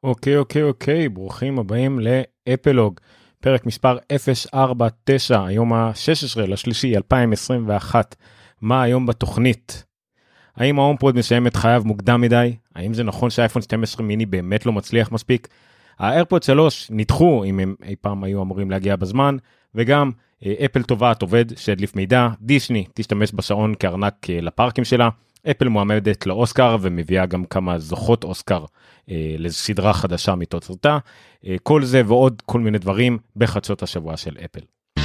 אוקיי, ברוכים הבאים לאפלוג, פרק מספר 049, היום ה-16/3/2021. מה היום בתוכנית? האם ההומפוד מסיים את חייו מוקדם מדי? האם זה נכון שהאייפון 12 מיני באמת לא מצליח מספיק? האיירפוד 3 נדחו אם הם אי פעם היו אמורים להגיע בזמן, וגם אפל תובעת עובד שהדליף מידע, דיסני תשתמש בשעון כארנק לפארקים שלה, אפל מועמדת לאוסקר ומביאה גם כמה זוכות אוסקר לסדרה חדשה מתוצרתה, כל זה ועוד כל מיני דברים בחדשות השבוע של אפל.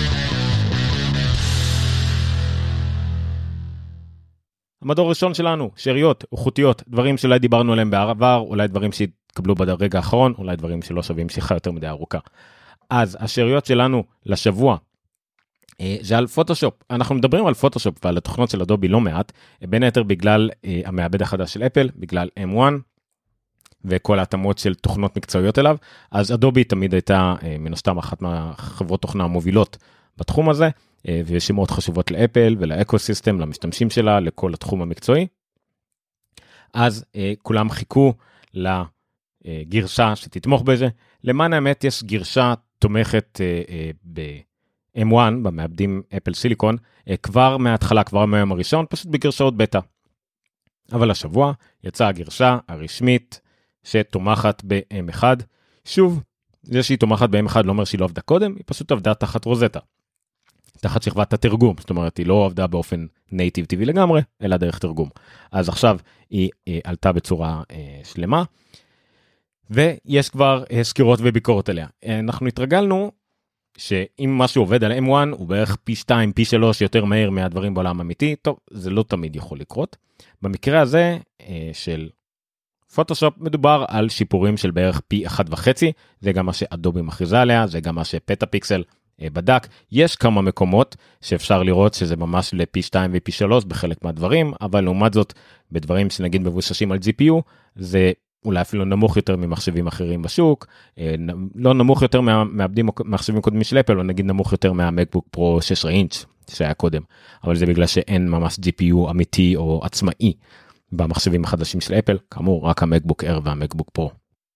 המדור הראשון שלנו, שאריות, איכותיות, דברים שאולי דיברנו עליהם בעבר, אולי דברים שהתקבלו ברגע האחרון, אולי דברים שלא שווים שיחה יותר מדי ארוכה. אז השאריות שלנו לשבוע, זה על פוטושופ. אנחנו מדברים על פוטושופ ועל התוכנות של אדובי לא מעט, בין היתר בגלל המעבד החדש של אפל, בגלל M1 וכל ההתאמות של תוכנות מקצועיות אליו. אז אדובי תמיד הייתה מן הסתם אחת מהחברות תוכנה המובילות בתחום הזה, ויש מאוד חשובות לאפל ולאקוסיסטם, למשתמשים שלה, לכל התחום המקצועי. אז כולם חיכו לגרשה שתתמוך בזה. למען האמת יש גרשה תומכת M1 במעבדים אפל סיליקון, כבר מההתחלה, כבר מהיום הראשון, פשוט בגרשאות בטא. אבל השבוע יצאה הגרשה הרשמית שתומכת ב-M1. שוב, זה שהיא תומכת ב-M1 לא אומר שהיא לא עבדה קודם, היא פשוט עבדה תחת רוזטה. תחת שכבת התרגום, זאת אומרת, היא לא עבדה באופן נייטיב טבעי לגמרי, אלא דרך תרגום. אז עכשיו היא עלתה בצורה שלמה, ויש כבר סקירות וביקורות עליה. אנחנו התרגלנו שאם משהו עובד על M1 הוא בערך פי 2, פי 3 יותר מהר מהדברים בעולם האמיתי, טוב, זה לא תמיד יכול לקרות. במקרה הזה של פוטושופ מדובר על שיפורים של בערך פי 1.5, זה גם מה שאדובי מכריזה עליה, זה גם מה שפטאפיקסל בדק. יש כמה מקומות שאפשר לראות שזה ממש לפי 2 ופי 3 בחלק מהדברים, אבל לעומת זאת, בדברים שנגיד מבוססים על GPU, זה אולי אפילו נמוך יותר ממחשבים אחרים בשוק, לא נמוך יותר מהמחשבים קודמים של אפל, או נגיד נמוך יותר מהמקבוק פרו 16 אינץ' שהיה קודם, אבל זה בגלל שאין ממש GPU אמיתי או עצמאי במחשבים החדשים של אפל, כאמור רק המקבוק אייר והמקבוק פרו.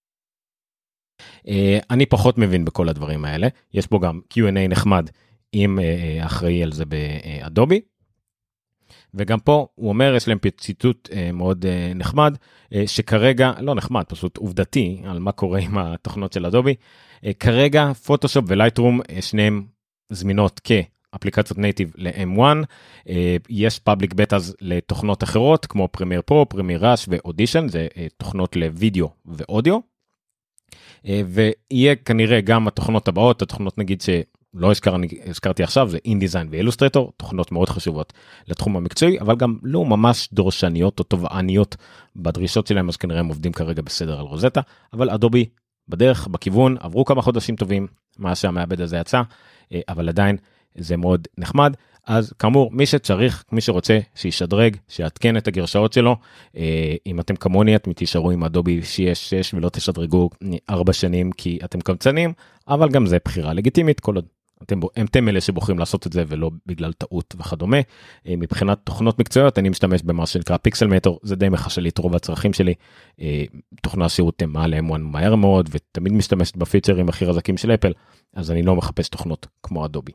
אני פחות מבין בכל הדברים האלה, יש פה גם Q&A נחמד עם אחראי על זה באדובי, וגם פה הוא אומר, יש להם ציטוט מאוד נחמד, שכרגע, לא נחמד, פשוט עובדתי, על מה קורה עם התוכנות של אדובי, כרגע פוטושופ ולייטרום שניהם זמינות כאפליקציות נייטיב ל-M1, יש פאבליק בטאז לתוכנות אחרות, כמו פרמייר פרו, פרמייר ראש ואודישן, זה תוכנות לוידאו ואודיו, ויהיה כנראה גם התוכנות הבאות, התוכנות נגיד שלא הזכרתי עכשיו, זה אינדיזיין ואילוסטרטור, תוכנות מאוד חשובות לתחום המקצועי, אבל גם לא ממש דורשניות או תובעניות בדרישות שלהם, אז כנראה הם עובדים כרגע בסדר על רוזטה, אבל אדובי בדרך, בכיוון, עברו כמה חודשים טובים, מה שהמעבד הזה יצא, אבל עדיין זה מאוד נחמד. אז כאמור, מי שצריך, מי שרוצה שישדרג, שיעדכן את הגרשאות שלו, אם אתם כמוני, אתם תישארו עם אדובי CS6 ולא תשדרגו 4 שנים כי אתם קמצנים, אבל גם זה בחירה לגיטימית, כל עוד אתם אלה שבוחרים לעשות את זה ולא בגלל טעות וכדומה. מבחינת תוכנות מקצועיות, אני משתמש במה שנקרא פיקסלמטר, זה די מחשב לי את רוב הצרכים שלי, תוכנה שהותאמה ל-M1 מהר מאוד, ותמיד משתמשת בפיצ'רים הכי חזקים של אפל, אז אני לא מחפש תוכנות כמו אדובי.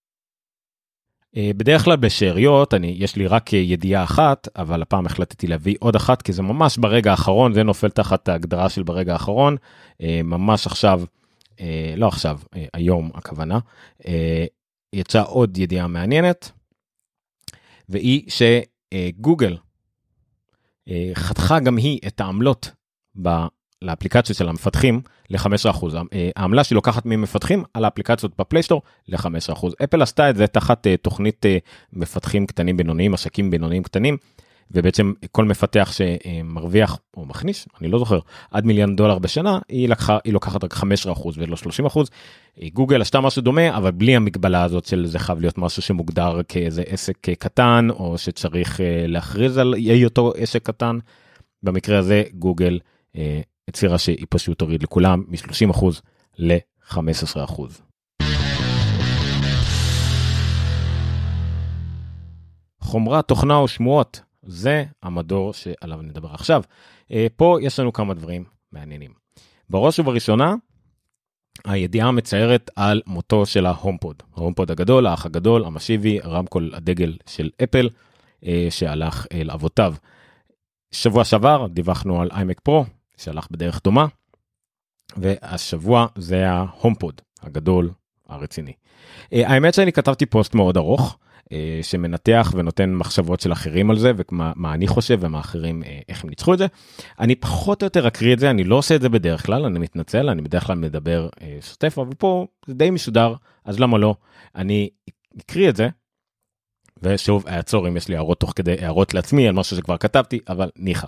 בדרך כלל בשאריות, יש לי רק ידיעה אחת, אבל הפעם החלטתי להביא עוד אחת, כי זה ממש ברגע האחרון, זה נופל תחת ההגדרה של ברגע האחרון, ממש עכשיו, לא עכשיו, היום הכוונה, יצאה עוד ידיעה מעניינת, והיא שגוגל חתכה גם היא את העמלות לאפליקציות של המפתחים ל-5%. העמלה שהיא לוקחת ממפתחים על האפליקציות בפלייסטור ל-5%. אפל עשתה את זה תחת תוכנית מפתחים קטנים בינוניים, עסקים בינוניים קטנים, ובעצם כל מפתח שמרוויח או מכניס, אני לא זוכר, עד $1 מיליון בשנה, היא לוקחת רק 15% ולא 30%. גוגל עשתה משהו דומה, אבל בלי המגבלה הזאת של זה חייב להיות משהו שמוגדר כאיזה עסק קטן, או שצריך להכריז על היותו עסק קטן. במקרה הזה גוגל הצהירה שהיא פשוט תוריד לכולם מ-30% ל-15%. חומרה, תוכנה או שמועות, זה המדור שעליו נדבר עכשיו. פה יש לנו כמה דברים מעניינים. בראש ובראשונה, הידיעה מציירת על מותו של ההומפוד. ההומפוד הגדול, האח הגדול, המשיבי, רמקול הדגל של אפל, שהלך אל אבותיו. שבוע שעבר דיווחנו על iMac Pro, שהלך בדרך דומה, והשבוע זה ההומפוד הגדול הרציני. האמת שאני כתבתי פוסט מאוד ארוך, שמנתח ונותן מחשבות של אחרים על זה, ומה אני חושב ומה אחרים, איך הם ניצחו את זה. אני פחות או יותר אקריא את זה, אני לא עושה את זה בדרך כלל, אני מתנצל, אני בדרך כלל מדבר שוטף, אבל פה זה די מסודר, אז למה לא? אני אקריא את זה, ושוב, אעצור אם יש לי הערות תוך כדי הערות לעצמי, על משהו שכבר כתבתי, אבל ניחא.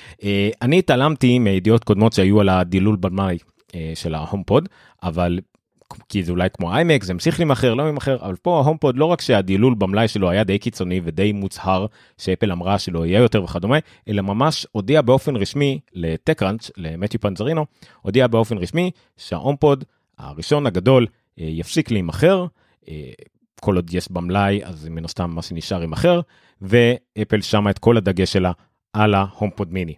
אני התעלמתי מידיעות קודמות שהיו על הדילול במאי של ההומפוד, אבל כי זה אולי כמו iMac, זה המשיך להימחר, לא להימחר, אבל פה ההומפוד לא רק שהדילול במלאי שלו היה די קיצוני ודי מוצהר, שאפל אמרה שלא יהיה יותר וכדומה, אלא ממש הודיע באופן רשמי לטקראנץ', למתיו פנזרינו, הודיע באופן רשמי שההומפוד הראשון הגדול יפסיק להימחר, כל עוד יש במלאי, אז מן הסתם מה שנשאר יימחר, ואפל שמה את כל הדגש שלה על ההומפוד מיני.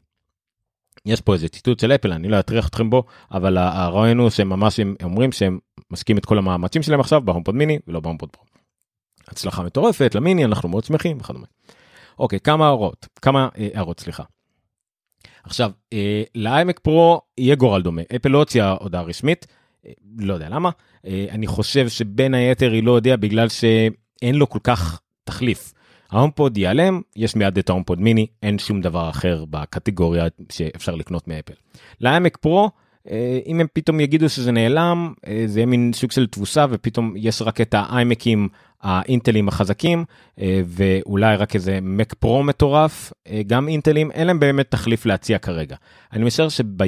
יש פה איזה ציטוט של אפל, אני לא אטריח אתכם בו, אבל הרעיון הוא שהם ממש אומרים שהם משקיעים את כל המאמצים שלהם עכשיו בהומפוד מיני ולא בהומפוד פרו. הצלחה מטורפת למיני, אנחנו מאוד שמחים וכדומה. אוקיי, כמה הערות, סליחה. עכשיו, לאיימק פרו יהיה גורל דומה. אפל לא הוציאה הודעה רשמית, לא יודע למה. אני חושב שבין היתר היא לא יודע בגלל שאין לו כל כך תחליף. ההומפוד ייעלם, יש מיד את ההומפוד מיני, אין שום דבר אחר בקטגוריה שאפשר לקנות מאפל. לאיימק פרו, אם הם פתאום יגידו שזה נעלם, זה יהיה מין סוג של תבוסה, ופתאום יש רק את האיימקים, האינטלים החזקים, ואולי רק איזה מק פרו מטורף, גם אינטלים, אין להם באמת תחליף להציע כרגע. אני משער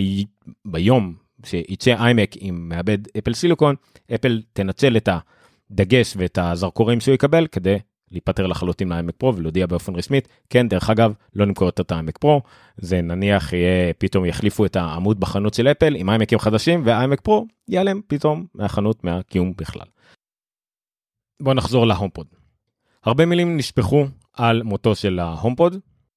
שביום שיצא איימק עם מעבד אפל סיליקון, אפל תנצל את הדגש ואת הזרקורים שהוא יקבל, כדי להיפטר לחלוטין מהאיימק פרו, ולהודיע באופן רשמית, כן, דרך אגב, לא נמכור את האיימק פרו, זה נניח פתאום יחליפו את העמוד בחנות של אפל, עם איימקים חדשים, והאיימק פרו ייעלם פתאום מהחנות, מהקיום בכלל. בואו נחזור להומפוד. הרבה מילים נשפכו על מותו של ההומפוד,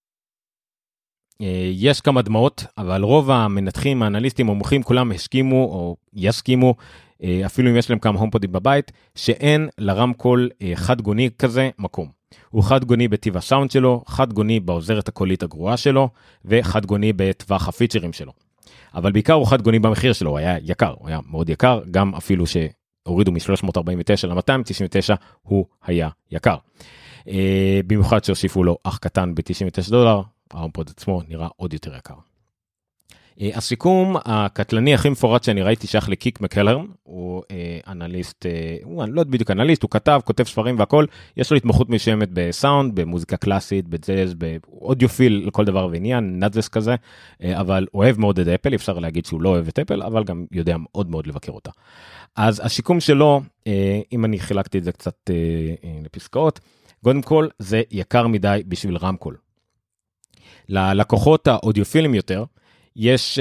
יש כמה דמעות, אבל רוב המנתחים, האנליסטים, המומחים, כולם הסכימו או יסכימו, אפילו אם יש להם כמה הומפודים בבית, שאין לרמקול חד גוני כזה מקום. הוא חד גוני בטיב הסאונד שלו, חד גוני בעוזרת הקולית הגרועה שלו, וחד גוני בטווח הפיצ'רים שלו. אבל בעיקר הוא חד גוני במחיר שלו, הוא היה יקר, הוא היה מאוד יקר, גם אפילו שהורידו מ-349 ל-299, הוא היה יקר. במיוחד שהוסיפו לו אח קטן ב$99, ההומפוד עצמו נראה עוד יותר יקר. הסיכום הקטלני הכי מפורט שאני ראיתי שייך לקיק מקלרן, הוא אנליסט, הוא לא בדיוק אנליסט, הוא כותב ספרים והכל, יש לו התמחות משמת בסאונד, במוזיקה קלאסית, בג'אז, באודיופיל, לכל דבר ועניין, נאצ'ס כזה, אבל אוהב מאוד את אפל, אפשר להגיד שהוא לא אוהב את אפל, אבל גם יודע מאוד מאוד לבקר אותה. אז השיקום שלו, אם אני חילקתי את זה קצת לפסקאות, קודם כל זה יקר מדי בשביל רמקול. ללקוחות האודיופילים יותר, יש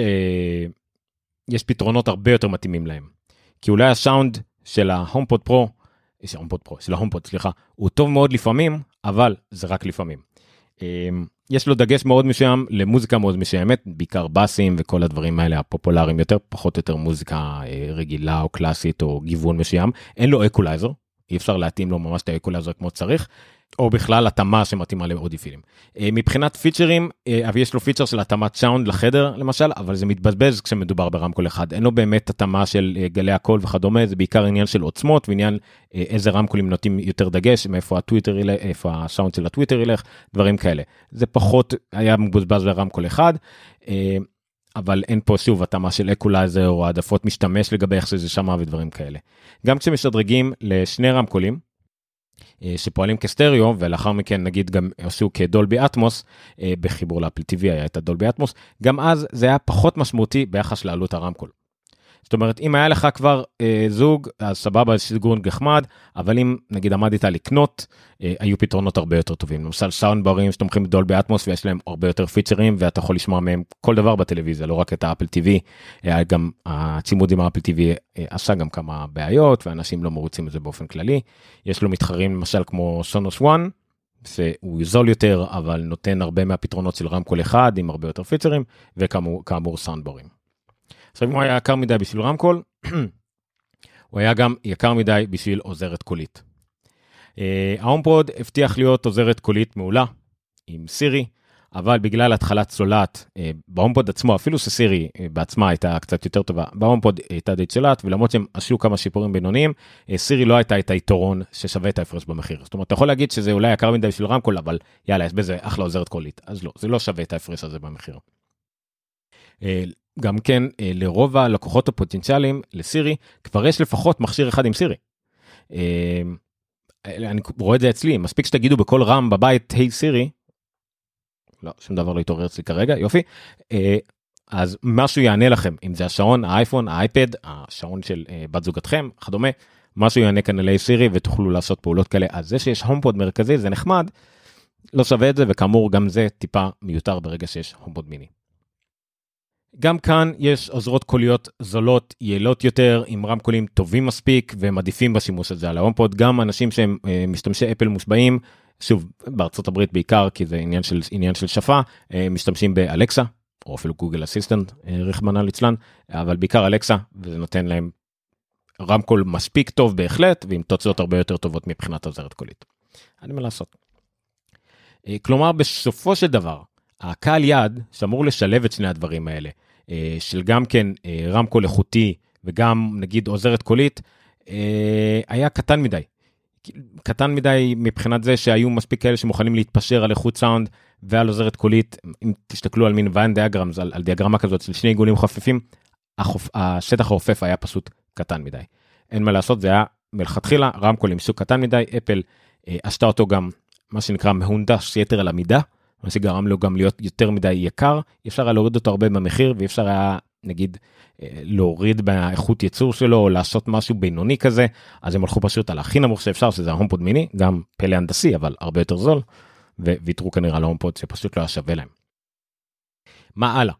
פתרונות הרבה יותר מתאימים להם. כי אולי הסאונד של ההומפוד פרו, של ההומפוד, סליחה, הוא טוב מאוד לפעמים, אבל זה רק לפעמים. יש לו דגש מאוד משם למוזיקה מאוד משיימת, בעיקר בסים וכל הדברים האלה הפופולריים יותר, פחות או יותר מוזיקה רגילה או קלאסית או גיוון משיים. אין לו אקולייזר, אי אפשר להתאים לו ממש את האקולייזר כמו צריך, או בכלל התאמה שמתאימה לאודיופילים. מבחינת פיצ'רים, יש לו פיצ'ר של התאמת סאונד לחדר, למשל, אבל זה מתבזבז כשמדובר ברמקול אחד. אין לו באמת התאמה של גלי הקול וכדומה, זה בעיקר עניין של עוצמות, ועניין איזה רמקולים נותנים יותר דגש, מאיפה הטוויטר ילך, איפה הסאונד של הטוויטר ילך, דברים כאלה. זה פחות היה מבוזבז ברמקול אחד, אבל אין פה שוב התאמה של אקולייזר, או העדפות משתמש לגבי איך שזה שמה ודברים כאלה. גם כשמשדרגים לשני רמקולים, שפועלים כסטריאו, ולאחר מכן נגיד גם עשו כדולבי אטמוס, בחיבור לאפל TV היה את הדולבי אטמוס, גם אז זה היה פחות משמעותי ביחס לעלות הרמקול. זאת אומרת, אם היה לך כבר זוג, אז סבבה, סגרון גחמד, אבל אם נגיד עמדת לקנות, היו פתרונות הרבה יותר טובים. למשל סאונד בריים שתומכים בדולבי אטמוס, ויש להם הרבה יותר פיצ'רים, ואתה יכול לשמוע מהם כל דבר בטלוויזיה, לא רק את האפל TV, גם הצימוד עם האפל TV עשה גם כמה בעיות, ואנשים לא מרוצים את זה באופן כללי. יש לו מתחרים למשל כמו סונוס 1, שהוא זול יותר, אבל נותן הרבה מהפתרונות של רמקול אחד, עם הרבה יותר פיצ'רים, וכאמור סאונד בריים. עכשיו, אם הוא היה יקר מדי בשביל רמקול, הוא היה גם יקר מדי בשביל עוזרת קולית. ההומפוד הבטיח להיות עוזרת קולית מעולה עם סירי, אבל בגלל התחלת צולעת בהומפוד עצמו, אפילו שסירי בעצמה הייתה קצת יותר טובה, בהומפוד הייתה די צולעת, ולמרות שהם עשו כמה שיפורים בינוניים, סירי לא הייתה את היתרון ששווה את ההפרש במחיר. זאת אומרת, אתה יכול להגיד שזה אולי יקר מדי בשביל רמקול, אבל יאללה, יש בזה אחלה עוזרת קולית. אז לא, זה לא שווה את ההפרש הזה במחיר. גם כן, לרוב הלקוחות הפוטנציאליים לסירי, כבר יש לפחות מכשיר אחד עם סירי. אני רואה את זה אצלי, מספיק שתגידו בכל רם בבית, היי סירי, לא, שום דבר לא יתעורר אצלי כרגע, יופי, אז משהו יענה לכם, אם זה השעון, האייפון, האייפד, השעון של בת זוגתכם, כדומה, משהו יענה כאן אלי סירי, ותוכלו לעשות פעולות כאלה, אז זה שיש הומפוד מרכזי, זה נחמד, לא שווה את זה, וכאמור, גם זה טיפה מיותר ברגע שיש הומפוד מיני. גם כאן יש עוזרות קוליות זולות, יעילות יותר, עם רמקולים טובים מספיק, והם עדיפים בשימוש הזה על ההומפוד, גם אנשים שהם משתמשי אפל מושבעים, שוב, בארצות הברית בעיקר, כי זה עניין של שפה, משתמשים באלקסה, או אפילו גוגל אסיסטנט, רחמנא ליצלן, אבל בעיקר אלקסה, וזה נותן להם רמקול מספיק טוב בהחלט, ועם תוצאות הרבה יותר טובות מבחינת עוזרת קולית. אין מה לעשות. כלומר, בסופו של דבר, הקהל יעד שאמור לשלב את שני הדברים האלה, של גם כן רמקול איכותי, וגם נגיד עוזרת קולית, היה קטן מדי. קטן מדי מבחינת זה שהיו מספיק כאלה שמוכנים להתפשר על איכות סאונד ועל עוזרת קולית. אם תסתכלו על מין ויין דיאגרמס, על דיאגרמה כזאת של שני עיגולים חופפים, השטח החופף היה פשוט קטן מדי. אין מה לעשות, זה היה מלכתחילה רמקול עם סוג קטן מדי, אפל עשתה אותו גם מה שנקרא מהונדש יתר על המידה, מה שגרם לו גם להיות יותר מדי יקר, אפשר היה להוריד אותו הרבה במחיר, ואפשר היה נגיד להוריד באיכות ייצור שלו, או לעשות משהו בינוני כזה, אז הם הלכו פשוט על הכי נמוך שאפשר, שזה ההומפוד מיני, גם פלא הנדסי, אבל הרבה יותר זול, וויתרו כנראה על ההומפוד שפשוט לא היה שווה להם. מה הלאה?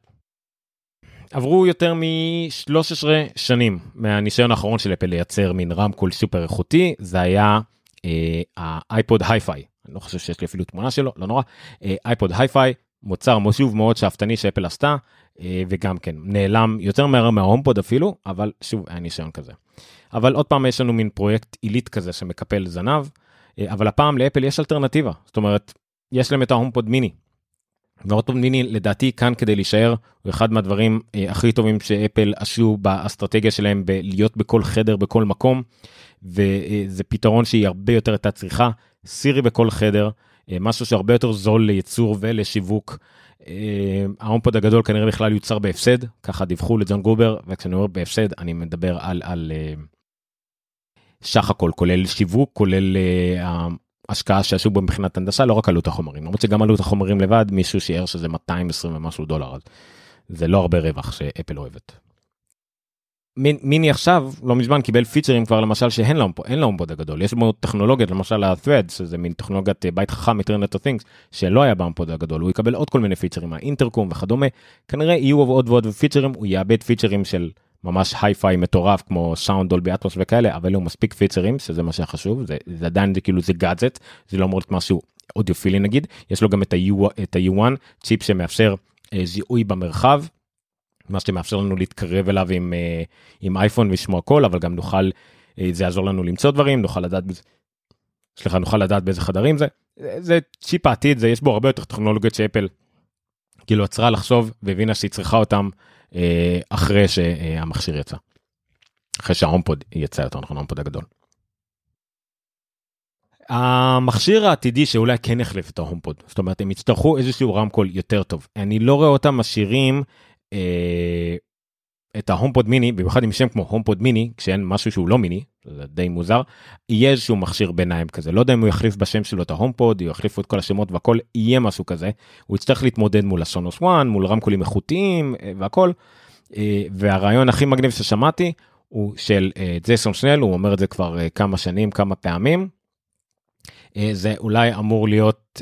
עברו יותר מ-13 שנים מהניסיון האחרון של אפל לייצר מין רמקול סופר איכותי, זה היה האייפוד היי-פיי, אני לא חושב שיש לי אפילו תמונה שלו, לא נורא, אייפוד היי-פיי, מוצר מושוב מאוד שאפתני שאפל עשתה, וגם כן, נעלם יותר מהר מההומפוד אפילו, אבל שוב, היה ניסיון כזה. אבל עוד פעם יש לנו מין פרויקט עילית כזה שמקפל זנב, אבל הפעם לאפל יש אלטרנטיבה, זאת אומרת, יש להם את ההומפוד מיני, וההומפוד מיני לדעתי כאן כדי להישאר, הוא אחד מהדברים הכי טובים שאפל עשו באסטרטגיה שלהם, בלהיות בכל חדר, בכל מקום, וזה פתרון שהיא הרבה יותר הייתה צריכה, סירי בכל חדר, משהו שהרבה יותר זול לייצור ולשיווק. ההומפוד הגדול כנראה בכלל יוצר בהפסד, ככה דיווחו לג'ון גובר, וכשאני אומר בהפסד, אני מדבר על שח הכל, כולל שיווק, כולל ההשקעה שעשו בו מבחינת הנדסה, לא רק עלות החומרים, למרות שגם עלות החומרים לבד, מישהו שיער שזה 220 ומשהו דולר, אז זה לא הרבה רווח שאפל אוהבת. מיני עכשיו, לא מזמן, קיבל פיצ'רים כבר למשל שאין להומפוד הגדול. יש בו טכנולוגיות, למשל ה-Threads, שזה מין טכנולוגיית בית חכם, Internet of Things, שלא היה בהומפוד הגדול. הוא יקבל עוד כל מיני פיצ'רים, האינטרקום וכדומה. כנראה יהיו עוד ועוד פיצ'רים, הוא יאבד פיצ'רים של ממש היי-פיי מטורף, כמו סאונד, דולבי אטמוס וכאלה, אבל הוא מספיק פיצ'רים, שזה מה שחשוב. זה עדיין כאילו זה גאדג'ט, זה לא אמור להיות משהו אודיופילי נגיד. יש לו גם את ה-U1, צ'יפ שמאפשר זיהוי במרחב, מה שמאפשר לנו להתקרב אליו עם אייפון ולשמוע קול, אבל גם נוכל, זה יעזור לנו למצוא דברים, נוכל לדעת באיזה חדרים זה. זה צ'יפ העתיד, יש בו הרבה יותר טכנולוגיות שאפל כאילו עצרה לחשוב והבינה שהיא צריכה אותם אחרי שהמכשיר יצא. אחרי שההומפוד יצא יותר נכון, ההומפוד הגדול. המכשיר העתידי שאולי כן יחליף את ההומפוד, זאת אומרת, הם יצטרכו איזשהו רמקול יותר טוב. אני לא רואה אותם משאירים את ההומפוד מיני, במיוחד עם שם כמו הומפוד מיני, כשאין משהו שהוא לא מיני, זה די מוזר, יהיה איזשהו מכשיר ביניים כזה, לא יודע אם הוא יחליף בשם שלו את ההומפוד, הוא יחליף את כל השמות והכל, יהיה משהו כזה, הוא יצטרך להתמודד מול הסונוס 1, מול רמקולים איכותיים והכל, והרעיון הכי מגניב ששמעתי, הוא של ג'ייסון שנל, הוא אומר את זה כבר כמה שנים, כמה פעמים, זה אולי אמור להיות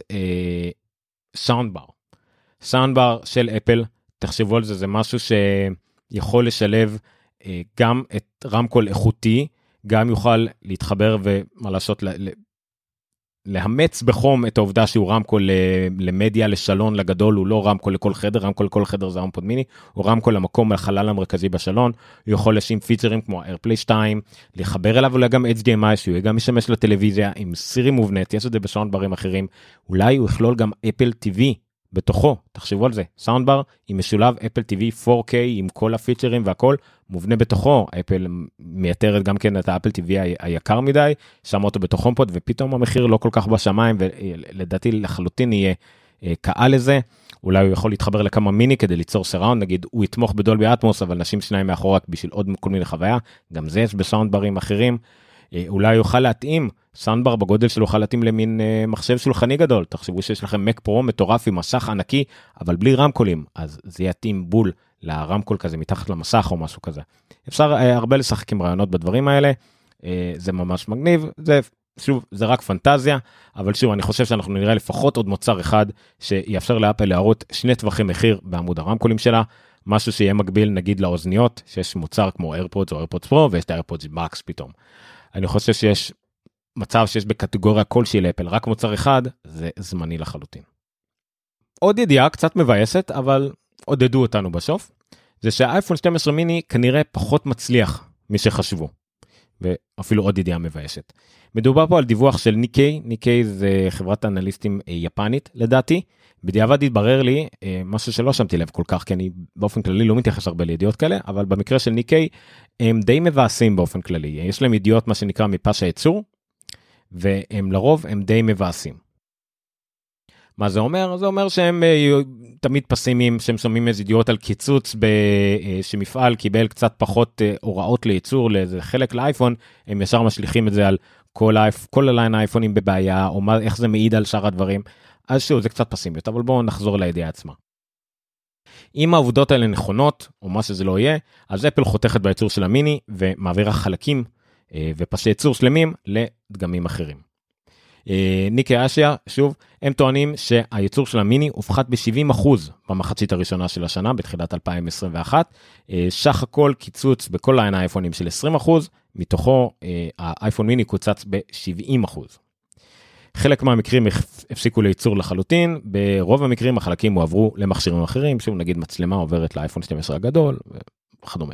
סאונדבר של אפל, תחשבו על זה, זה משהו שיכול לשלב גם את רמקול איכותי, גם יוכל להתחבר ומה לעשות להמץ בחום את העובדה שהוא רמקול למדיה, לשלון, לגדול, הוא לא רמקול לכל חדר, רמקול לכל חדר זה אייפוד מיני, הוא רמקול למקום, לחלל המרכזי בשלון, הוא יכול לשים פיצ'רים כמו AirPlay 2, לחבר אליו אולי גם HDMI, שהוא גם משמש לטלוויזיה עם סירי מובנט, יש את זה בסאונדברים אחרים, אולי הוא יכלול גם אפל TV בתוכו, תחשבו על זה, סאונדבר עם משולב אפל TV 4K עם כל הפיצ'רים והכל, מובנה בתוכו, אפל מייתרת גם כן את האפל TV היקר מדי, שם אותו בתוך הומפוד, ופתאום המחיר לא כל כך בשמיים, ולדעתי לחלוטין יהיה קהל לזה, אולי הוא יכול להתחבר לכמה מיני כדי ליצור סראונד, נגיד הוא יתמוך בדולבי אטמוס, אבל נשים שניים מאחורה בשביל עוד כל מיני חוויה, גם זה יש בסאונדברים אחרים, אולי יוכל להתאים, סאונדבר בגודל שלו יוכל להתאים למין מחשב שולחני גדול, תחשבו שיש לכם מק פרו מטורף עם מסך ענקי, אבל בלי רמקולים, אז זה יתאים בול לרמקול כזה מתחת למסך או משהו כזה. אפשר הרבה לשחק עם רעיונות בדברים האלה, זה ממש מגניב, שוב, זה רק פנטזיה, אבל שוב, אני חושב שאנחנו נראה לפחות עוד מוצר אחד, שיאפשר לאפל להראות 2 טווחי מחיר בעמוד הרמקולים שלה, משהו שיהיה מקביל נגיד לאוזניות, שיש מוצר כמו AirPods או AirPods Pro, ויש את AirPods Max פתאום. אני חושב שיש מצב שיש בקטגוריה כלשהי לאפל, רק מוצר אחד, זה זמני לחלוטין. עוד ידיעה קצת מבאסת, אבל עודדו אותנו בסוף, זה שהאייפון 12 מיני כנראה פחות מצליח משחשבו, ואפילו עוד ידיעה מבאסת. מדובר פה על דיווח של ניקיי, ניקיי זה חברת אנליסטים יפנית לדעתי, בדיעבד התברר לי משהו שלא שמתי לב כל כך, כי אני באופן כללי לא מתייחס הרבה לידיעות כאלה, אבל במקרה של ניקיי הם די מבאסים באופן כללי, יש להם ידיעות מה שנקרא מפס הייצור, והם לרוב הם די מבאסים. מה זה אומר? זה אומר שהם תמיד פסימיים, שהם שומעים איזה ידיעות על קיצוץ, שמפעל קיבל קצת פחות הוראות לייצור לאיזה חלק לאייפון, הם ישר משליכים את זה על כל הליין האייפונים בבעיה, או איך זה מעיד על שאר הדברים, אז שוב, זה קצת פסימיות, אבל בואו נחזור לידיעה עצמה. אם העובדות האלה נכונות, או מה שזה לא יהיה, אז אפל חותכת בייצור של המיני, ומעבירה חלקים ופסי ייצור שלמים לדגמים אחרים. ניקיי אשיה, שוב, הם טוענים שהייצור של המיני הופחת ב-70% במחצית הראשונה של השנה, בתחילת 2021, שח הכל קיצוץ בכל ליין האייפונים של 20%, מתוכו האייפון מיני קוצץ ב-70%. חלק מהמקרים הפסיקו לייצור לחלוטין, ברוב המקרים החלקים הועברו למכשירים אחרים, שוב נגיד מצלמה עוברת לאייפון 12 הגדול וכדומה.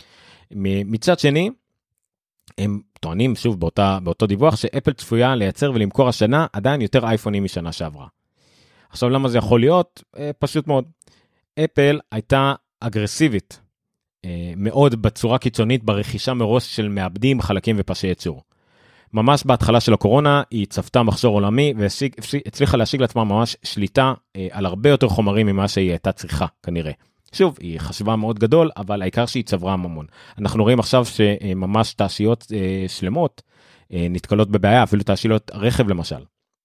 מצד שני, הם טוענים שוב באותו דיווח שאפל צפויה לייצר ולמכור השנה עדיין יותר אייפונים משנה שעברה. עכשיו למה זה יכול להיות? פשוט מאוד. אפל הייתה אגרסיבית מאוד בצורה קיצונית ברכישה מראש של מעבדים, חלקים ופסי ייצור. ממש בהתחלה של הקורונה היא צפתה מחסור עולמי והצליחה להשיג לעצמה ממש שליטה על הרבה יותר חומרים ממה שהיא הייתה צריכה כנראה. שוב, היא חשבה מאוד גדול, אבל העיקר שהיא צברה ממון. אנחנו רואים עכשיו שממש תעשיות שלמות נתקלות בבעיה, אפילו תעשיות רכב למשל.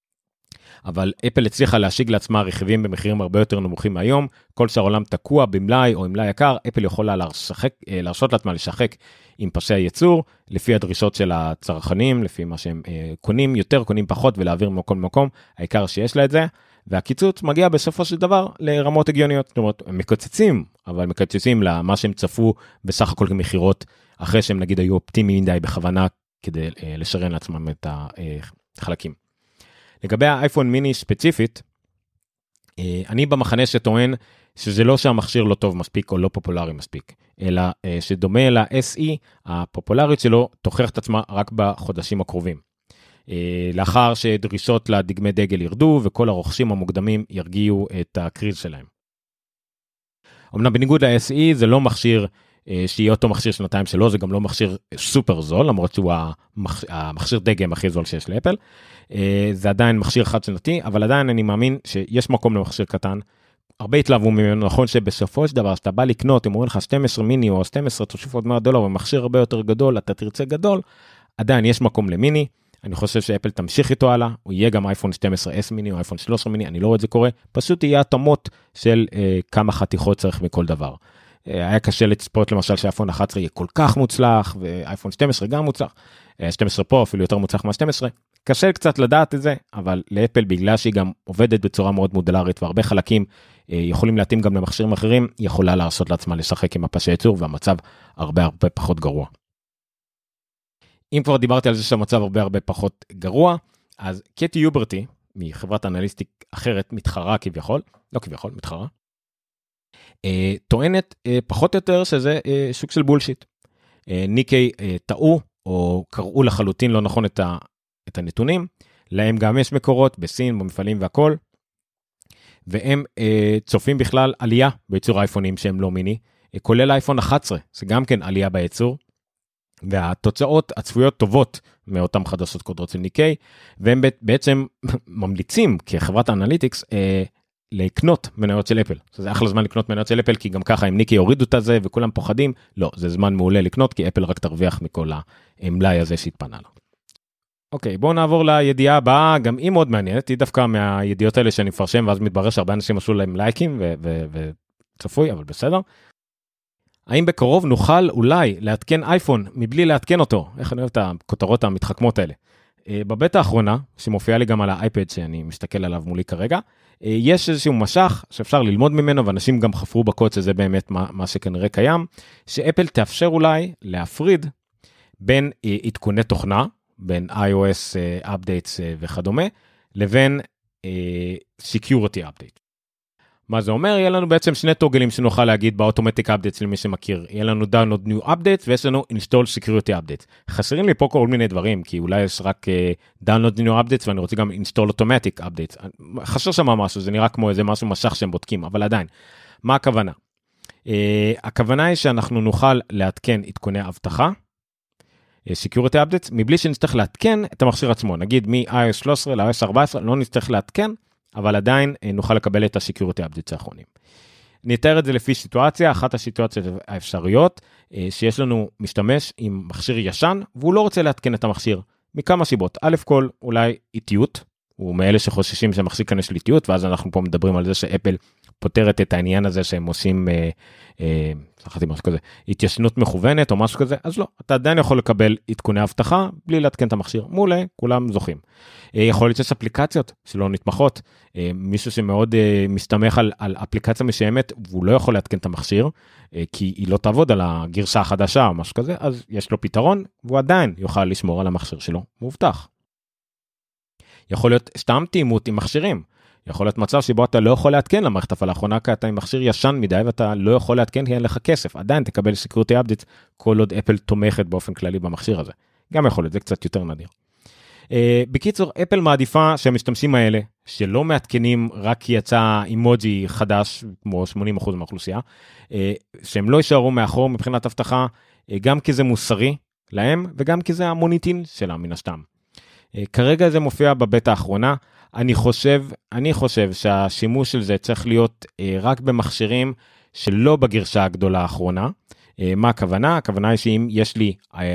אבל אפל הצליחה להשיג לעצמה רכיבים במחירים הרבה יותר נמוכים מהיום, כל שהעולם תקוע במלאי או עם מלאי יקר, אפל יכולה להרשות לעצמה לשחק עם פסי הייצור, לפי הדרישות של הצרכנים, לפי מה שהם קונים יותר, קונים פחות, ולהעביר ממקום למקום, העיקר שיש לה את זה, והקיצוץ מגיע בסופו של דבר לרמות הגיוניות, זאת אומרת, הם מקוצצים, אבל מקוצצים למה שהם צפו בסך הכל כמחירות, אחרי שהם נגיד היו אופטימיים די בכוונה, כדי לשרן לעצמם את החלקים. לגבי האייפון מיני ספציפית, אני במחנה שטוען שזה לא שהמכשיר לא טוב מספיק או לא פופולרי מספיק, אלא שדומה ל-SE, הפופולרית שלו תוכיח את עצמה רק בחודשים הקרובים. לאחר שדרישות לדגמי דגל ירדו וכל הרוכשים המוקדמים ירגיעו את הקריז שלהם. אמנם בניגוד ל-SE זה לא מכשיר שיהיה אותו מכשיר שנתיים שלו, זה גם לא מכשיר סופר זול, למרות שהוא המכשיר דגם הכי זול שיש לאפל, זה עדיין מכשיר חד שנתי, אבל עדיין אני מאמין שיש מקום למכשיר קטן, הרבה התלהבו ממנו, נכון שבסופו של דבר, שאתה בא לקנות, אם אומרים לך 12 מיני או 12 תוסיף עוד $100, ומכשיר הרבה יותר גדול, אתה תרצה גדול, עדיין יש מקום למיני, אני חושב שאפל תמשיך איתו הלאה, הוא יהיה גם אייפון 12S מיני או אייפון 13 מיני, אני לא רואה את זה קורה, פשוט יהיה התאמות של כמה חתיכות צריך מכל דבר. היה קשה לצפות למשל שאייפון 11 יהיה כל כך מוצלח, ואייפון 12 גם מוצלח, 12 פה אפילו יותר מוצלח מה-12, קשה קצת לדעת את זה, אבל לאפל בגלל שהיא גם עובדת בצורה מאוד מודולרית, והרבה חלקים יכולים להתאים גם למכשירים אחרים, יכולה לעשות לעצמה לשחק עם הפסי ייצור, והמצב הרבה פחות גרוע. אם כבר דיברתי על זה שהמצב הרבה פחות גרוע, אז קטי יוברטי, מחברת אנליסטית אחרת, מתחרה כביכול, לא כביכול, מתחרה, טוענת פחות או יותר שזה שוק של בולשיט. ניקי טעו, או קראו לחלוטין לא נכון את הנתונים, להם גם יש מקורות בסין, במפעלים והכל, והם צופים בכלל עלייה בייצור האייפונים שהם לא מיני, כולל האייפון 11, זה גם כן עלייה בייצור, והתוצאות הצפויות טובות מאותם חדשות קודרות של ניקי, והם בעצם ממליצים כחברת האנליטיקס לקנות מניות של אפל. זה אחלה זמן לקנות מניות של אפל, כי גם ככה אם ניקי הורידו את זה וכולם פוחדים, לא, זה זמן מעולה לקנות, כי אפל רק תרוויח מכל המלאי הזה שהתפנה לה. אוקיי, בואו נעבור לידיעה הבאה, גם היא מאוד מעניינת, היא דווקא מהידיעות האלה שאני מפרשם, ואז מתברר שהרבה אנשים עשו להם לייקים וצפוי, אבל בסדר. האם בקרוב נוכל אולי להתקן אייפון מבלי להתקן אותו? איך אני אוהב את הכותרות המתחכמות האלה? בבית האחרונה, שמופיעה לי גם על האייפד שאני מסתכל עליו מולי כרגע, יש איזשהו משך שאפשר ללמוד ממנו, ואנשים גם חפרו בקוד שזה באמת מה שכנראה קיים, שאפל תאפשר אולי להפריד בין עדכוני תוכנה, בין iOS updates וכדומה, לבין security update. מה זה אומר? יהיה לנו בעצם שני טוגלים שנוכל להגיד באוטומטיק updates למי שמכיר. יהיה לנו download new updates ויש לנו install security updates. חסרים לי פה כל מיני דברים, כי אולי יש רק download new updates ואני רוצה גם install automatic updates. חסר שם משהו, זה נראה כמו איזה משהו משך שהם בודקים, אבל עדיין. מה הכוונה? הכוונה היא שאנחנו נוכל להתקן עדכוני אבטחה, security updates, מבלי שנצטרך להתקן את המכשיר עצמו. נגיד מ-iOS 13 ל-iOS 14 לא נצטרך להתקן, אבל עדיין נוכל לקבל את ה-security updates האחרונים. נתאר את זה לפי סיטואציה, אחת הסיטואציות האפשריות, שיש לנו משתמש עם מכשיר ישן, והוא לא רוצה להתקן את המכשיר, מכמה סיבות. א' כל, אולי איטיות, הוא מאלה שחוששים שהמכשיר כאן יש לי איטיות, ואז אנחנו פה מדברים על זה שאפל פותרת את העניין הזה שהם עושים, סליחתי משהו כזה, התיישנות מכוונת או משהו כזה, אז לא, אתה עדיין יכול לקבל עדכוני אבטחה, בלי להתקן את המכשיר, מעולה, כולם זוכים. יכול להיות שיש אפליקציות שלא נתמכות, מישהו שמאוד מסתמך על אפליקציה משיימת, והוא לא יכול להתקן את המכשיר, כי היא לא תעבוד על הגרשה החדשה או משהו כזה, אז יש לו פתרון, והוא עדיין יוכל לשמור על המכשיר שלו, מובטח. יכול להיות סתם תאימות עם מכשירים, יכול להיות מצב שבו אתה לא יכול להתקן למערכת הפעלה האחרונה, כי אתה עם מכשיר ישן מדי ואתה לא יכול להתקן כי אין לך כסף, עדיין תקבל security updates כל עוד אפל תומכת באופן כללי במכשיר הזה. גם יכול להיות, זה קצת יותר נדיר. בקיצור, אפל מעדיפה שהמשתמשים האלה, שלא מעדכנים רק כי יצא אימוג'י חדש, כמו 80% מהאוכלוסייה, שהם לא יישארו מאחור מבחינת הבטחה, גם כי זה מוסרי להם, וגם כי זה המוניטין שלה מן הסתם. כרגע זה מופיע בבית האחרונה, אני חושב שהשימוש של זה צריך להיות רק במכשירים שלא בגרשה הגדולה האחרונה. מה הכוונה? הכוונה היא שאם יש לי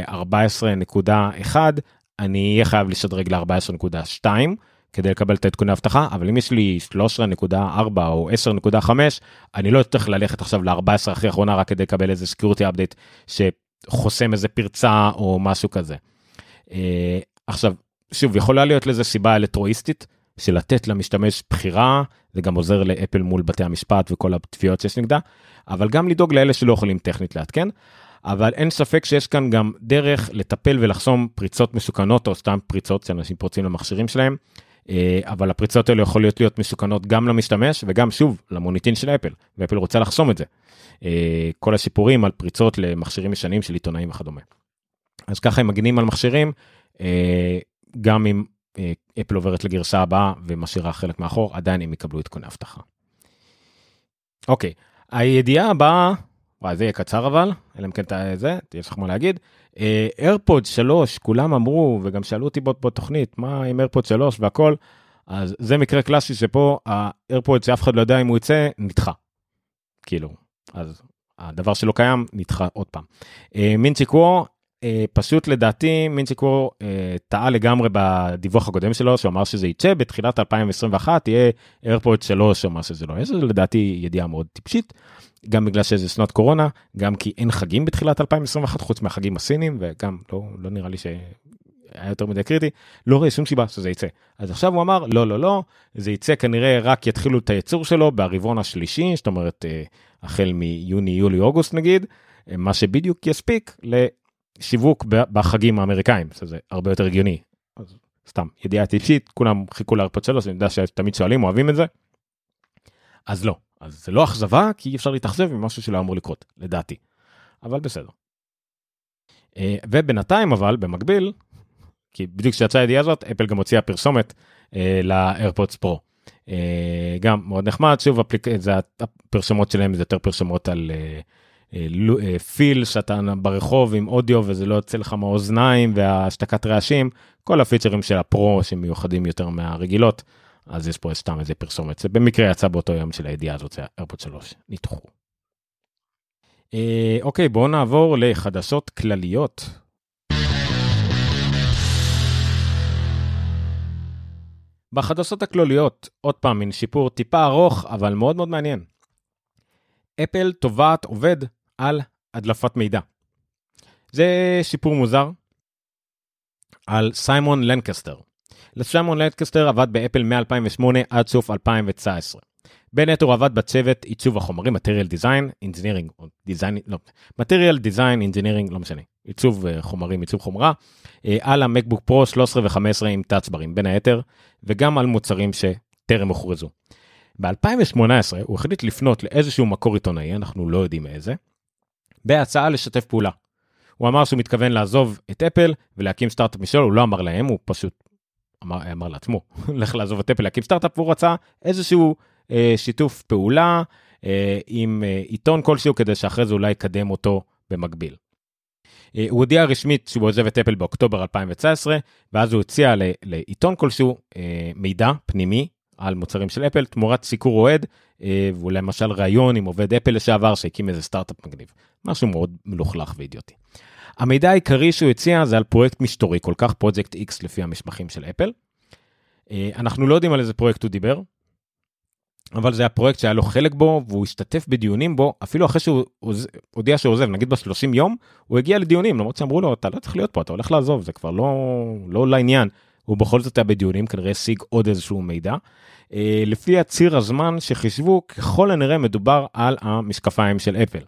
14.1, אני אהיה חייב לשדרג ל-14.2 כדי לקבל את עדכוני האבטחה, אבל אם יש לי 13.4 או 10.5, אני לא צריך ללכת עכשיו ל-14 הכי האחרונה רק כדי לקבל איזה security update שחוסם איזה פרצה או משהו כזה. עכשיו, שוב, יכולה להיות לזה סיבה אלטרואיסטית, של לתת למשתמש בחירה, זה גם עוזר לאפל מול בתי המשפט וכל התביעות שיש נגדה, אבל גם לדאוג לאלה שלא יכולים טכנית להתקן, אבל אין ספק שיש כאן גם דרך לטפל ולחסום פריצות מסוכנות, או סתם פריצות שאנשים פורצים למכשירים שלהם, אבל הפריצות האלה יכולות להיות מסוכנות גם למשתמש, וגם שוב, למוניטין של אפל, ואפל רוצה לחסום את זה. כל הסיפורים על פריצות למכשירים ישנים של עיתונאים וכדומה. אז ככה הם מגנים על מכשירים, גם אם אפל עוברת לגרשה הבאה ומשאירה חלק מאחור, עדיין הם יקבלו עדכוני אבטחה. אוקיי, הידיעה הבאה, זה יהיה קצר אבל, אלא אם כן זה, יש לך מה להגיד. AirPods 3, כולם אמרו, וגם שאלו אותי בתוכנית, מה עם AirPods 3 והכל, אז זה מקרה קלאסי שפה, ה-AirPods שאף אחד לא יודע אם הוא יצא, נדחה. כאילו, אז הדבר שלא קיים, נדחה עוד פעם. מינצ'יקוו, פשוט לדעתי מינצ'יקוו טעה לגמרי בדיווח הקודם שלו, שהוא אמר שזה יצא בתחילת 2021, יהיה AirPods 3 או מה שזה לא, זה לדעתי ידיעה מאוד טיפשית, גם בגלל שזה שנות קורונה, גם כי אין חגים בתחילת 2021, חוץ מהחגים הסינים, וגם לא נראה לי שהיה יותר מדי קריטי, לא רואה שום סיבה שזה יצא. אז עכשיו הוא אמר, לא, זה יצא כנראה רק יתחילו את הייצור שלו ברבעון השלישי, זאת אומרת, החל מיוני, יולי, אוגוסט נגיד, מה שבדיוק יספיק שיווק בחגים האמריקאים, שזה הרבה יותר הגיוני. אז סתם, ידיעה טיפשית, כולם חיכו לאיירפוד 3, אני יודע שתמיד שואלים, אוהבים את זה. אז לא, אז זה לא אכזבה, כי אי אפשר להתאכזב ממשהו שלא אמור לקרות, לדעתי. אבל בסדר. ובינתיים אבל, במקביל, כי בדיוק כשיצאה הידיעה הזאת, אפל גם הוציאה פרסומת לאיירפודס פרו. גם מאוד נחמד, שוב, הפרסומות שלהם זה יותר פרסומות על פיל, שאתה ברחוב עם אודיו, וזה לא יוצא לך מהאוזניים, והשתקת רעשים, כל הפיצ'רים של הפרו, שמיוחדים יותר מהרגילות, אז יש פה סתם איזה פרסומת. זה במקרה יצא באותו יום של הידיעה הזאת, זה איירפוד 3, ניתחו. אוקיי, בואו נעבור לחדשות כלליות. בחדשות הכלליות, עוד פעם, מן שיפור טיפה ארוך, אבל מאוד מאוד מעניין. אפל תובעת עובד על הדלפת מידע. זה שיפור מוזר על סיימון לנקסטר. סיימון לנקסטר עבד באפל מ-2008 עד סוף 2019. בין היתר הוא עבד בצוות עיצוב החומרים, Material Design Engineering, או Design, לא, Material Design Engineering, לא משנה, עיצוב חומרים, עיצוב חומרה, על המקבוק פרו 13 ו-15 עם טאצברים, בין היתר, וגם על מוצרים שטרם הוכרזו. ב-2018 הוא החליט לפנות לאיזשהו מקור עיתונאי, אנחנו לא יודעים איזה, בהצעה לשתף פעולה. הוא אמר שהוא מתכוון לעזוב את אפל ולהקים סטארט-אפ משלו, הוא לא אמר להם, הוא פשוט אמר לעצמו, לך לעזוב את אפל, להקים סטארט-אפ, והוא רצה איזשהו שיתוף פעולה עם עיתון כלשהו, כדי שאחרי זה אולי יקדם אותו במקביל. הוא הודיע רשמית שהוא עוזב את אפל באוקטובר 2019, ואז הוא הציע לעיתון כלשהו מידע פנימי על מוצרים של אפל, תמורת סיקור אוהד, ואולי למשל ראיון עם עובד אפל לשעבר, שהקים איזה סטארט-אפ מגניב. משהו מאוד מלוכלך ואידיוטי. המידע העיקרי שהוא הציע זה על פרויקט משטורי, כל כך פרויקט X לפי המשמחים של אפל. אנחנו לא יודעים על איזה פרויקט הוא דיבר, אבל זה הפרויקט שהיה לו חלק בו, והוא השתתף בדיונים בו, אפילו אחרי שהוא הודיע שהוא עוזב, נגיד ב-30 יום, הוא הגיע לדיונים, למרות שאמרו לו, אתה לא צריך להיות פה, אתה הולך לעזוב, זה כבר לא לעניין. הוא בכל זאת היה בדיונים, כנראה השיג עוד איזשהו מידע. לפי הציר הזמן שחישבו, ככל הנראה מדובר על המשקפיים של אפל.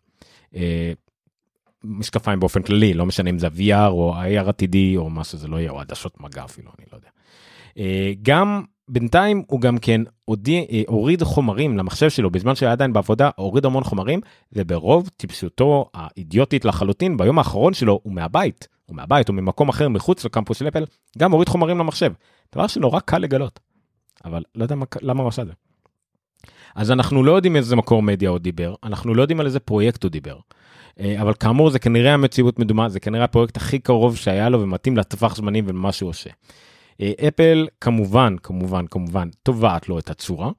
משקפיים באופן כללי, לא משנה אם זה VR או AR עתידי, או מה שזה לא יהיה, או עדשות מגע אפילו, אני לא יודע. גם בינתיים הוא גם כן הוריד חומרים למחשב שלו, בזמן שהיה עדיין בעבודה, הוריד המון חומרים, וברוב טיפסותו האידיוטית לחלוטין, ביום האחרון שלו הוא מהבית, הוא ממקום אחר מחוץ לקמפוס של אפל, גם הוריד חומרים למחשב. דבר שנורא קל לגלות, אבל לא יודע למה הוא עשה זה. אז אנחנו לא יודעים איזה מקור מדיה הוא דיבר, אנחנו לא יודעים על איזה פרויקט הוא דיבר, אבל כאמור זה כנראה המציאות מדומה, זה כנראה הפרויקט הכי קרוב שהיה לו ומתאים לטווח זמנים ולמה שהוא עושה. אפל כמובן תובעת לו את הצורה.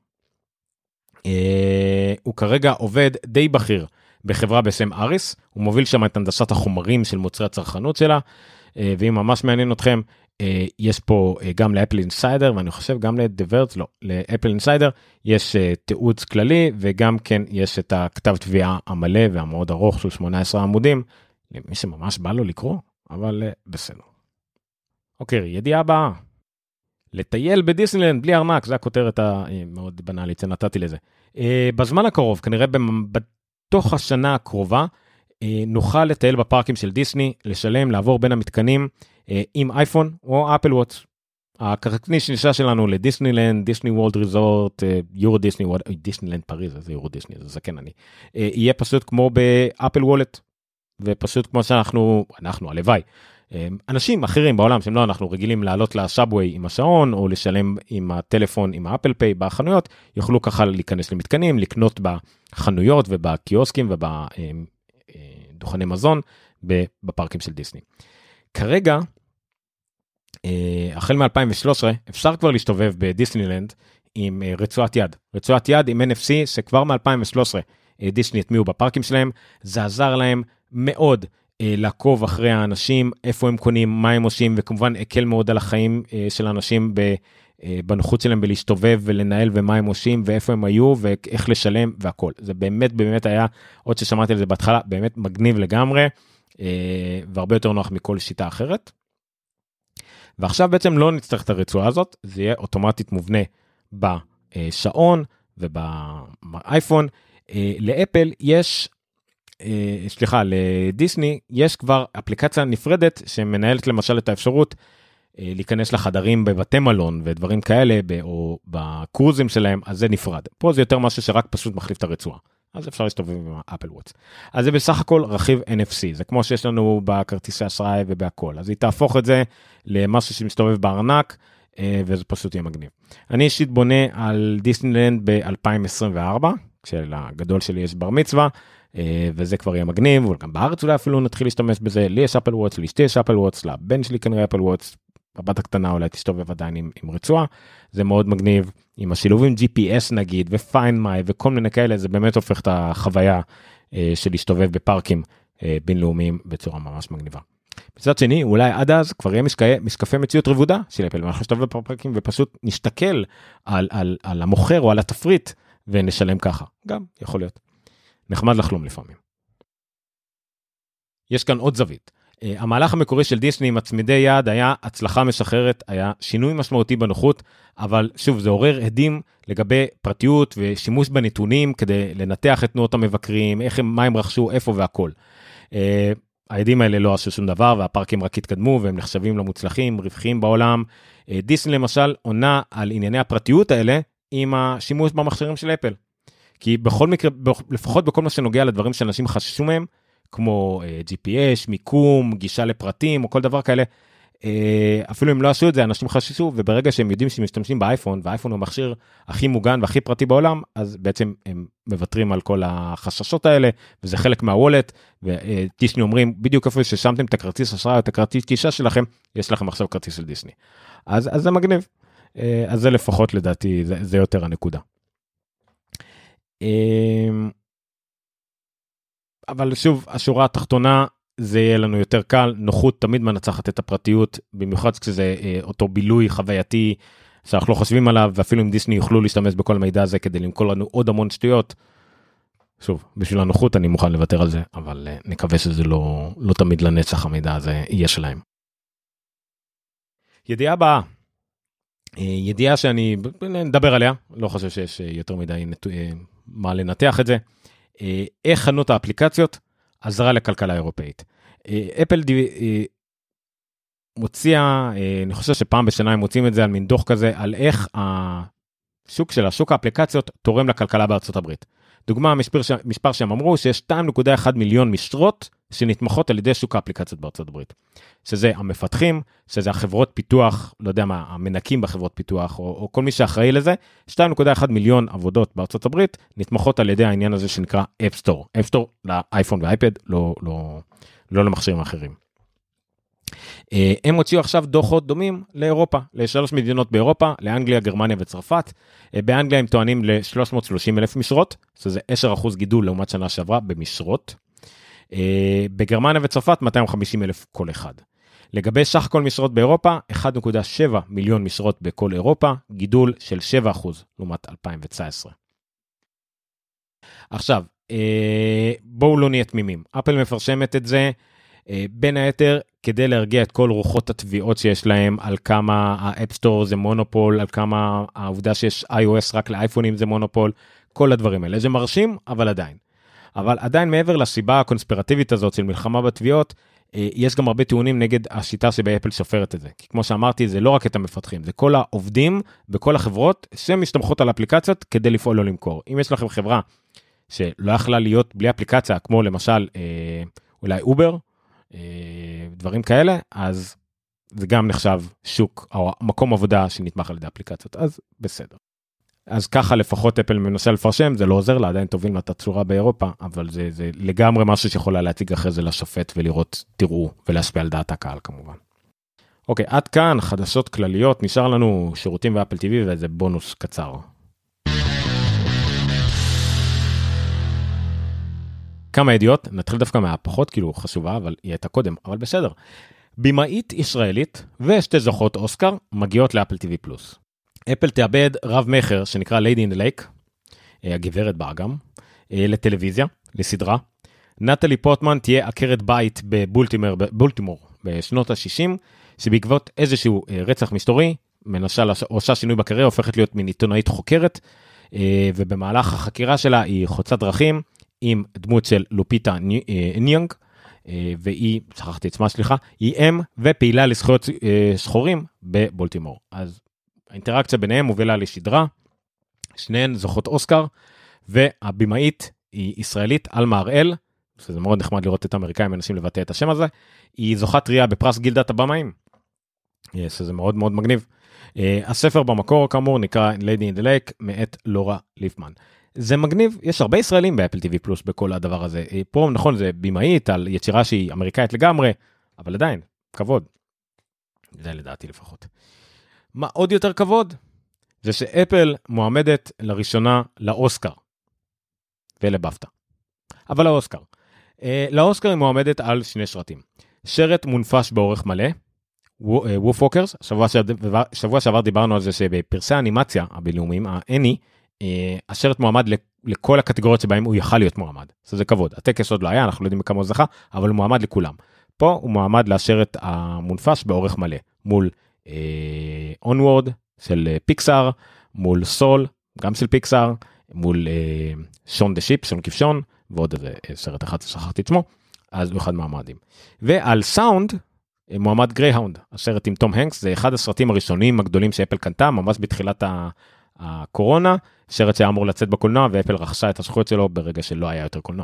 הוא כרגע עובד די בכיר בחברה בשם אריס, הוא מוביל שם את הנדסת החומרים של מוצרי הצרכנות שלה, ואם ממש מעניין אתכם, יש פה גם לאפל אינסיידר, ואני חושב גם לדברץ, לא, לאפל אינסיידר, יש תיעוץ כללי, וגם כן יש את הכתב תביעה המלא והמאוד ארוך של 18 עמודים, למי שממש בא לו לקרוא, אבל בסדר. אוקיי, ידיעה הבאה. לטייל בדיסנילנד בלי ארנק, זה הכותרת המאוד בנאלית שנתתי לזה. בזמן הקרוב, כנראה בתוך השנה הקרובה, נוכל לטייל בפארקים של דיסני, לשלם, לעבור בין המתקנים עם אייפון או אפל וואץ'. הכרטיס כניסה שלנו לדיסנילנד, דיסני וורלד ריזורט, יורו דיסני, דיסנילנד פריז, זה יורו דיסני, זה כן אני. יהיה פשוט כמו באפל וולט, ופשוט כמו שאנחנו, הלוואי, אנשים אחרים בעולם שהם לא אנחנו רגילים לעלות לשאבווי עם השעון או לשלם עם הטלפון עם האפל פיי בחנויות, יוכלו ככה להיכנס למתקנים, לקנות בחנויות ובקיוסקים ובדוכני מזון בפארקים של דיסני. כרגע, החל מ-2013 אפשר כבר להשתובב בדיסנילנד עם רצועת יד עם NFC שכבר מ-2013 דיסני התמיעו בפארקים שלהם, זה עזר להם מאוד לעקוב אחרי האנשים, איפה הם קונים, מה הם עושים, וכמובן הקל מאוד על החיים של האנשים בנוחות שלהם בלהשתובב ולנהל ומה הם עושים, ואיפה הם היו, ואיך לשלם והכל. זה באמת היה, עוד ששמעתי על זה בהתחלה, באמת מגניב לגמרי, והרבה יותר נוח מכל שיטה אחרת. ועכשיו בעצם לא נצטרך את הרצועה הזאת, זה יהיה אוטומטית מובנה בשעון ובאייפון. לאפל יש, לדיסני יש כבר אפליקציה נפרדת שמנהלת למשל את האפשרות להיכנס לחדרים בבתי מלון ודברים כאלה, או בקרוזים שלהם, אז זה נפרד. פה זה יותר משהו שרק פשוט מחליף את הרצועה. אז אפשר להסתובב עם האפל וואץ'. אז זה בסך הכל רכיב NFC, זה כמו שיש לנו בכרטיסי אשראי ובהכל. אז היא תהפוך את זה למשהו שמסתובב בארנק, וזה פשוט יהיה מגניב. אני אישית בונה על דיסנילנד ב-2024, כשלגדול שלי יש בר מצווה, וזה כבר יהיה מגניב, וגם בארץ אולי אפילו נתחיל להשתמש בזה, לי יש אפל וואץ', לאשתי יש אפל וואץ', לבן שלי כנראה אפל וואץ', הבת הקטנה אולי תסתובב עדיין עם רצועה, זה מאוד מגניב, עם השילובים GPS נגיד, ופיין מיי, וכל מיני כאלה, זה באמת הופך את החוויה של להסתובב בפארקים בינלאומיים בצורה ממש מגניבה. מצד שני, אולי עד אז כבר יהיה משקפי מציאות רבודה של אפל, ואנחנו נשתובב בפארקים ופשוט נשתכל על המוכר או על התפריט, ונשלם ככה, גם יכול להיות. נחמד לחלום לפעמים. יש כאן עוד זווית. המהלך המקורי של דיסני עם הצמידי יד היה הצלחה משחררת, היה שינוי משמעותי בנוחות, אבל שוב זה עורר עדים לגבי פרטיות ושימוש בנתונים כדי לנתח את תנועות המבקרים, מה הם רכשו, איפה והכל. העדים האלה לא עשו שום דבר והפארקים רק התקדמו והם נחשבים למוצלחים, רווחיים בעולם. דיסני למשל עונה על ענייני הפרטיות האלה עם השימוש במכשירים של אפל. כי בכל מקרה, לפחות בכל מה שנוגע לדברים שאנשים חששו מהם, כמו GPS, מיקום, גישה לפרטים, או כל דבר כאלה, אפילו אם לא עשו את זה, אנשים חששו, וברגע שהם יודעים שהם משתמשים באייפון, והאייפון הוא המכשיר הכי מוגן והכי פרטי בעולם, אז בעצם הם מוותרים על כל החששות האלה, וזה חלק מהוולט, ודיסני אומרים, בדיוק איפה ששמתם את הכרטיס אשראי, או את הכרטיס גישה שלכם, יש לכם עכשיו כרטיס של דיסני. אז זה מגניב. אז זה לפחות לדעתי, זה יותר הנקודה. אבל שוב, השורה התחתונה, זה יהיה לנו יותר קל, נוחות תמיד מנצחת את הפרטיות, במיוחד כשזה אותו בילוי חווייתי, שאנחנו לא חושבים עליו, ואפילו אם דיסני יוכלו להשתמש בכל המידע הזה, כדי למכור לנו עוד המון שטויות, שוב, בשביל הנוחות אני מוכן לוותר על זה, אבל נקווה שזה לא תמיד לנצח המידע הזה יהיה שלהם. ידיעה הבאה, ידיעה שאני נדבר עליה, לא חושב שיש יותר מדי מה לנתח את זה, איך חנות האפליקציות עזרה לכלכלה האירופאית. אפל מוציאה, אני חושב שפעם בשנה הם מוצאים את זה על מין דוח כזה, על איך שוק האפליקציות תורם לכלכלה בארצות הברית. דוגמה, מספר שהם אמרו שיש 2.1 מיליון משרות שנתמכות על ידי שוק האפליקציות בארצות הברית. שזה המפתחים, שזה החברות פיתוח, לא יודע מה, המנקים בחברות פיתוח, או כל מי שאחראי לזה, 2.1 מיליון עבודות בארצות הברית, נתמכות על ידי העניין הזה שנקרא App Store. App Store לאייפון ואייפד, לא למכשירים האחרים. הם הוציאו עכשיו דוחות דומים לאירופה, ל3 מדינות באירופה, לאנגליה, גרמניה וצרפת. באנגליה הם טוענים ל-330,000 משרות, שזה 10% גידול לעומת שנה שעברה במשרות. בגרמניה וצרפת 250,000 כל אחד. לגבי שח כל משרות באירופה, 1.7 מיליון משרות בכל אירופה, גידול של 7% לעומת 2019. עכשיו, בואו לא נהיה תמימים. אפל מפרשמת את זה, בין היתר, כדי להרגיע את כל רוחות התביעות שיש להם, על כמה האפ סטור זה מונופול, על כמה העובדה שיש iOS רק לאייפונים זה מונופול, כל הדברים האלה. זה מרשים, אבל עדיין מעבר לסיבה הקונספירטיבית הזאת של מלחמה בתביעות, יש גם הרבה טיעונים נגד השיטה שבאפל שופרת את זה. כי כמו שאמרתי, זה לא רק את המפתחים, זה כל העובדים וכל החברות שמשתמכות על אפליקציות כדי לפעול או למכור. אם יש לכם חברה שלא יכלה להיות בלי אפליקציה, כמו למשל אולי אובר, דברים כאלה, אז זה גם נחשב שוק או מקום עבודה שנתמך על ידי אפליקציות, אז בסדר. אז ככה לפחות אפל מנסה לפרשם, זה לא עוזר לה, עדיין תוביל לה את הצורה באירופה, אבל זה לגמרי משהו שיכולה להציג אחרי זה לשופט ולראות, תראו, ולהשפיע על דעת הקהל כמובן. אוקיי, עד כאן חדשות כלליות, נשאר לנו שירותים ואפל TV ואיזה בונוס קצר. כמה ידיעות, נתחיל דווקא מהפחות, כאילו חשובה, אבל היא הייתה קודם, אבל בסדר. בימאית ישראלית ושתי זוכות אוסקר מגיעות לאפל TV+. אפל תאבד רב מחר שנקרא Lady in the Lake, הגברת באגם, לטלוויזיה, לסדרה. נטלי פורטמן תהיה עקרת בית בבולטימור בשנות ה-60, שבעקבות איזשהו רצח מסתורי, מנסה עושה שינוי בקריירה, הופכת להיות מין עיתונאית חוקרת, ובמהלך החקירה שלה היא חוצת דרכים, עם דמות של לופיטה ניונג, והיא, שכחתי את שמה, סליחה, היא אם ופעילה לזכויות שחורים בבולטימור. אז האינטראקציה ביניהם מובילה לשדרה, שניהן זוכות אוסקר, והבימאית היא ישראלית, אלמה הראל, שזה מאוד נחמד לראות את האמריקאים מנסים לבטא את השם הזה, היא זוכת טריה בפרס גילדת הבמאים, שזה מאוד מאוד מגניב. הספר במקור כאמור נקרא Lady in the Lake, מאת לורה ליפמן. זה מגניב, יש הרבה ישראלים באפל TV פלוס בכל הדבר הזה. פה נכון, זה בימאית על יצירה שהיא אמריקאית לגמרי, אבל עדיין, כבוד. זה לדעתי לפחות. מה עוד יותר כבוד? זה שאפל מועמדת לראשונה לאוסקר. ולבפטה. אבל לאוסקר. לאוסקר היא מועמדת על שני שרתים. שרת מונפש באורך מלא, וופוקרס, שבוע שעבר דיברנו על זה שבפרסי האנימציה הבינלאומיים, האני, השרת מועמד לכל הקטגוריות שבהם הוא יכל להיות מועמד. זה כבוד. הטקס עוד לא היה, אנחנו לא יודעים בכמה הוא זכה, אבל הוא מועמד לכולם. פה הוא מועמד לשרת המונפש באורך מלא, מול Onward של פיקסאר, מול סול, גם של פיקסאר, מול שון דה שיפ, שון כבשון, ועוד איזה סרט אחד ששכחתי את שמו, אז הוא אחד מהמועמדים. ועל סאונד, מועמד גרייהאונד, הסרט עם תום הנקס, זה אחד הסרטים הראשונים הגדולים שאפל קנתה, ממש בתחילת הקורונה, סרט שהיה אמור לצאת בקולנוע, ואפל רכשה את הזכויות שלו ברגע שלא היה יותר קולנוע.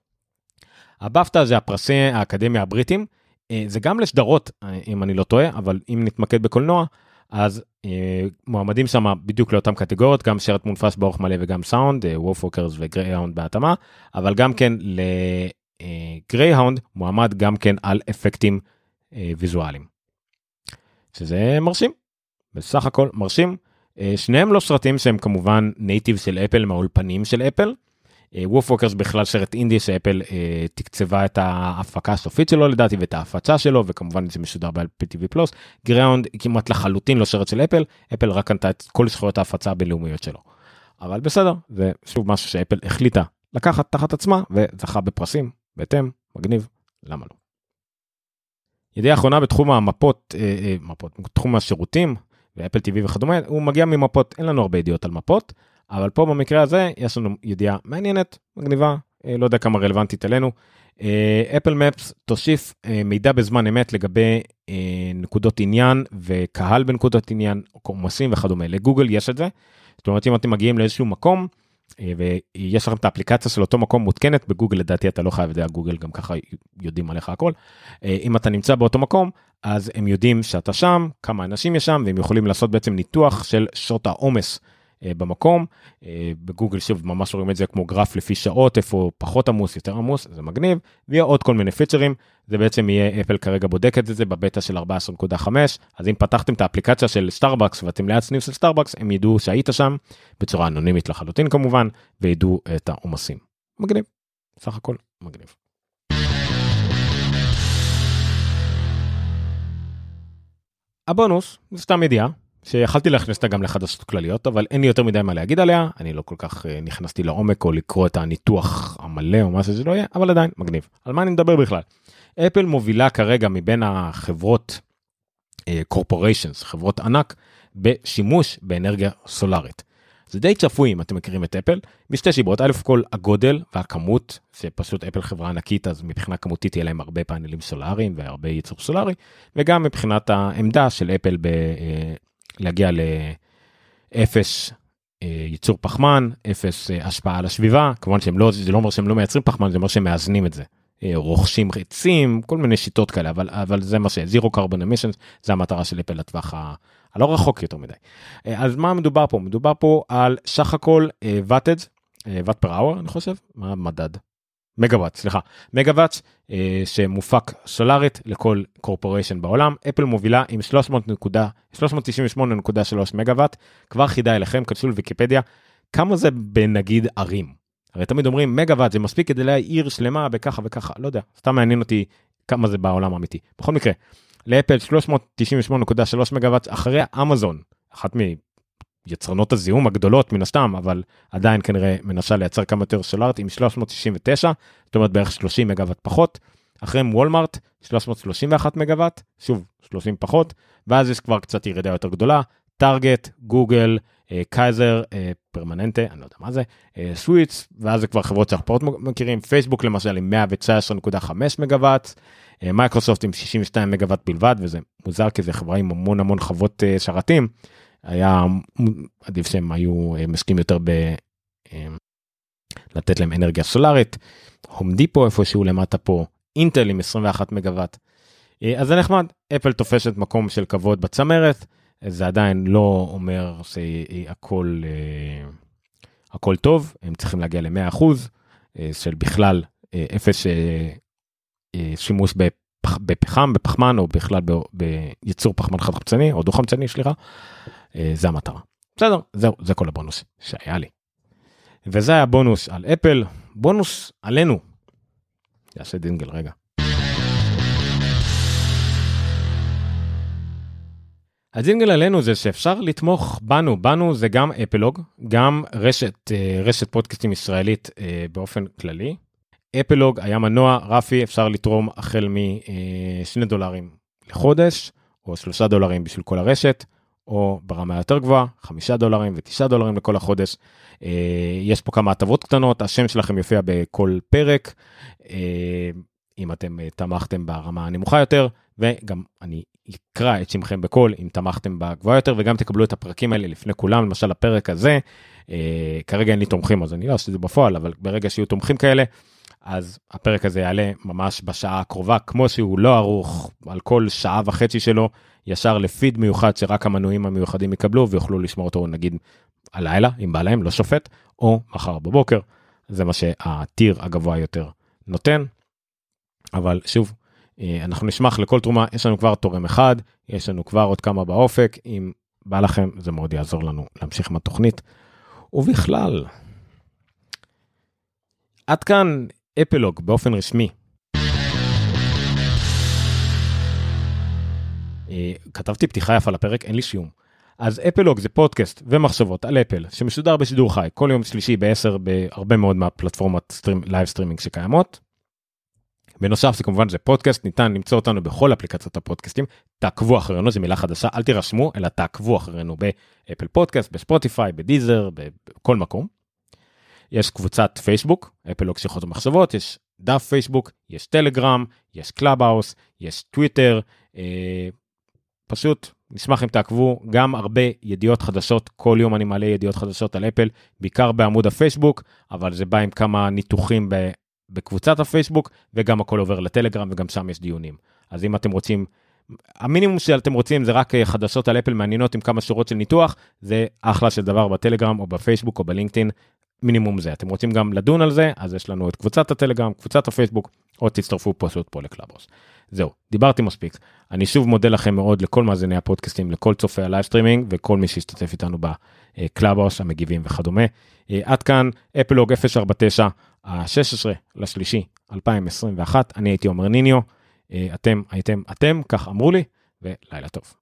הבפטה זה הפרסי האקדמיה הבריטים, זה גם לשדרות, אם אני לא טועה, אבל אם נתמקד בקולנוע, אז מועמדים שם בדיוק לאותם קטגוריות, גם שרת מונפש באורך מלא וגם סאונד, וופוקרס וגרייהאונד בהתאמה, אבל גם כן לגרייהאונד מועמד גם כן על אפקטים ויזואליים. שזה מרשים, בסך הכל מרשים. שניהם לא סרטים שהם כמובן נייטיב של אפל, מהאולפנים של אפל. וופוקרס בכלל שרת אינדי שאפל תקצבה את ההפקה הסופית שלו לדעתי ואת ההפצה שלו, וכמובן זה משודר באפל TV פלוס. גרייהאונד כמעט לחלוטין לא שרת של אפל, אפל רק קנתה את כל זכויות ההפצה הבינלאומיות שלו. אבל בסדר, זה שוב משהו שאפל החליטה לקחת תחת עצמה וזכה בפרסים, בהתאם, מגניב, למה לא? ידיעה אחרונה בתחום המפות, בתחום השירותים, ואפל TV וכדומה, הוא מגיע ממפות, אין לנו הרבה ידיעות על מפות, אבל פה במקרה הזה יש לנו ידיעה מעניינת, מגניבה, לא יודע כמה רלוונטית אלינו. אפל מפס תוסיף מידע בזמן אמת לגבי נקודות עניין וקהל בנקודות עניין, עומסים וכדומה. לגוגל יש את זה, זאת אומרת אם אתם מגיעים לאיזשהו מקום, ויש לכם את האפליקציה של אותו מקום מותקנת, בגוגל לדעתי אתה לא חייב לדעת, גוגל גם ככה יודעים עליך הכל. אם אתה נמצא באותו מקום, אז הם יודעים שאתה שם, כמה אנשים יש שם, והם יכולים לעשות בעצם ניתוח של שעות העומס במקום. בגוגל שוב ממש רואים את זה כמו גרף לפי שעות, איפה פחות עמוס, יותר עמוס, זה מגניב, ויהיה עוד כל מיני פיצ'רים, זה בעצם יהיה, אפל כרגע בודקת את זה בבטא של 14.5, אז אם פתחתם את האפליקציה של סטארבקס, ואתם ליד סניף של סטארבקס, הם ידעו שהיית שם, בצורה אנונימית לחלוטין כמובן, וידעו את העומסים. מגניב, סך הכל מגניב. הבונוס, זה סתם ידיעה, שיכלתי להכניס אותה גם לחדשות כלליות, אבל אין לי יותר מדי מה להגיד עליה, אני לא כל כך נכנסתי לעומק או לקרוא את הניתוח המלא או מה שזה לא יהיה, אבל עדיין מגניב. על מה אני מדבר בכלל? אפל מובילה כרגע מבין החברות, corporations, חברות ענק, בשימוש באנרגיה סולארית. זה די צפוי אם אתם מכירים את אפל, בשתי שיבות, א' כל הגודל והכמות, שפשוט אפל חברה ענקית, אז מבחינה כמותית יהיה להם הרבה פאנלים סולאריים והרבה ייצור סולארי, וגם מבחינת העמדה של אפל להגיע לאפס ייצור פחמן, אפס השפעה על הסביבה, כמובן זה לא אומר שהם לא מייצרים פחמן, זה אומר שהם מאזנים את זה. רוכשים רצים, כל מיני שיטות כאלה, אבל זה מה Zero Carbon Emissions, זה המטרה של אפל לטווח הלא רחוק יותר מדי. אז מה מדובר פה? מדובר פה על שח הכל וואטד, וואט פר אאואר, אני חושב, מה מדד? מגוואט, סליחה, מגוואט שמופק סולארית לכל קורפוריישן בעולם, אפל מובילה עם 398.3 מגוואט, כבר חידה אליכם, כנסו לוויקיפדיה, כמה זה בנגיד ערים? הרי תמיד אומרים מגוואט זה מספיק כדי להעיר שלמה בככה וככה, לא יודע, סתם מעניין אותי כמה זה בעולם האמיתי. בכל מקרה, לאפל 398.3 מגוואט, אחרי אמזון, אחת מיצרנות הזיהום הגדולות מן הסתם, אבל עדיין כנראה מנסה לייצר כמה יותר סולארית עם 369, זאת אומרת בערך 30 מגוואט פחות, אחריהם וולמארט 331 מגוואט, שוב 30 פחות, ואז יש כבר קצת ירידה יותר גדולה, טארגט, גוגל, קייזר, פרמננטה, אני לא יודע מה זה, סוויץ, ואז זה כבר חברות שאנחנו פחות מכירים, פייסבוק למשל עם 119.5 מגוואט, מייקרוסופט עם 62 מגוואט בלבד, וזה מוזר כי זה חברה עם המון חוות שרתים, היה עדיף שהם היו משקיעים יותר לתת להם אנרגיה סולארית, הום דיפו איפשהו למטה פה, אינטל עם 21 מגוואט, אז זה נחמד, אפל תופשת מקום של כבוד בצמרת, זה עדיין לא אומר שהכל טוב, הם צריכים להגיע ל-100% של בכלל אפס שימוש בפחם, בפחמן, או בכלל בייצור פחמן חד חמצני, או דו חמצני, סליחה, זה המטרה. בסדר, זהו, זה כל הבונוס שהיה לי. וזה היה בונוס על אפל, בונוס עלינו. יעשה דינגל רגע. הדינגל עלינו זה שאפשר לתמוך בנו זה גם אפלוג, גם רשת פודקאסטים ישראלית באופן כללי. אפלוג היה מנוע, רפי, אפשר לתרום החל $2 לחודש, או $3 בשביל כל הרשת, או ברמה יותר גבוהה, $5 ו$9 לכל החודש. יש פה כמה הטבות קטנות, השם שלכם יופיע בכל פרק, אם אתם תמכתם ברמה הנמוכה יותר, וגם אני אקרא את שמכם בכל, אם תמכתם בגבוהה יותר, וגם תקבלו את הפרקים האלה לפני כולם, למשל הפרק הזה, כרגע אין לי תומכים, אז אני לא עושה את זה בפועל, אבל ברגע שיהיו תומכים כאלה, אז הפרק הזה יעלה ממש בשעה הקרובה, כמו שהוא לא ערוך על כל שעה וחצי שלו, ישר לפיד מיוחד שרק המנויים המיוחדים יקבלו, ויוכלו לשמור אותו נגיד הלילה, אם בא להם, לא שופט, או מחר בבוקר, זה מה שהטיר הגבוה יותר נותן, אבל שוב, אנחנו נשמח לכל תרומה, יש לנו כבר תורם אחד, יש לנו כבר עוד כמה באופק, אם בא לכם, זה מאוד יעזור לנו להמשיך עם התוכנית, ובכלל, עד כאן אפלוג באופן רשמי. כתבתי פתיחה יפה לפרק, אין לי שיום. אז אפלוג זה פודקאסט ומחשבות על אפל, שמשודר בשידור חי, כל יום שלישי ב-10 בהרבה מאוד מהפלטפורמת לייב סטרימינג שקיימות. בנוסף, זה כמובן זה פודקאסט, ניתן למצוא אותנו בכל אפליקציות הפודקאסטים, תעקבו אחרינו, זו מילה חדשה, אל תירשמו, אלא תעקבו אחרינו באפל פודקאסט, בספוטיפיי, בדיזר, בכל מקום. יש קבוצת פייסבוק, אפלוג שיחות ומחשבות, יש דף פייסבוק, יש טלגרם, יש קלאבהאוס, יש טוויטר, פשוט נשמח אם תעקבו, גם הרבה ידיעות חדשות, כל יום אני מעלה ידיעות חדשות על אפל, בעיקר בעמוד הפייסבוק, אבל זה בא עם כמה ניתוחים בקבוצת הפייסבוק, וגם הכל עובר לטלגרם, וגם שם יש דיונים. אז אם אתם רוצים, המינימום שאתם רוצים זה רק חדשות על אפל מעניינות עם כמה שורות של ניתוח, זה אחלה של דבר בטלגרם, או בפייסבוק, או בלינקדאין, מינימום זה. אתם רוצים גם לדון על זה, אז יש לנו את קבוצת הטלגרם, קבוצת הפייסבוק, או תצטרפו פשוט פה לקלאבהאוס. זהו, דיברתי מספיק. אני שוב מודה לכם מאוד לכל מאזיני הפודקאסטים, לכל צופי הלייב סטרימינג, וכל מי שהשתתף איתנו בקלאבהאוס, המגיבים וכדומה. עד כאן, אפלוג 049, ה-16/3/2021. אני הייתי עומר ניניו, אתם, כך אמרו לי, ולילה טוב.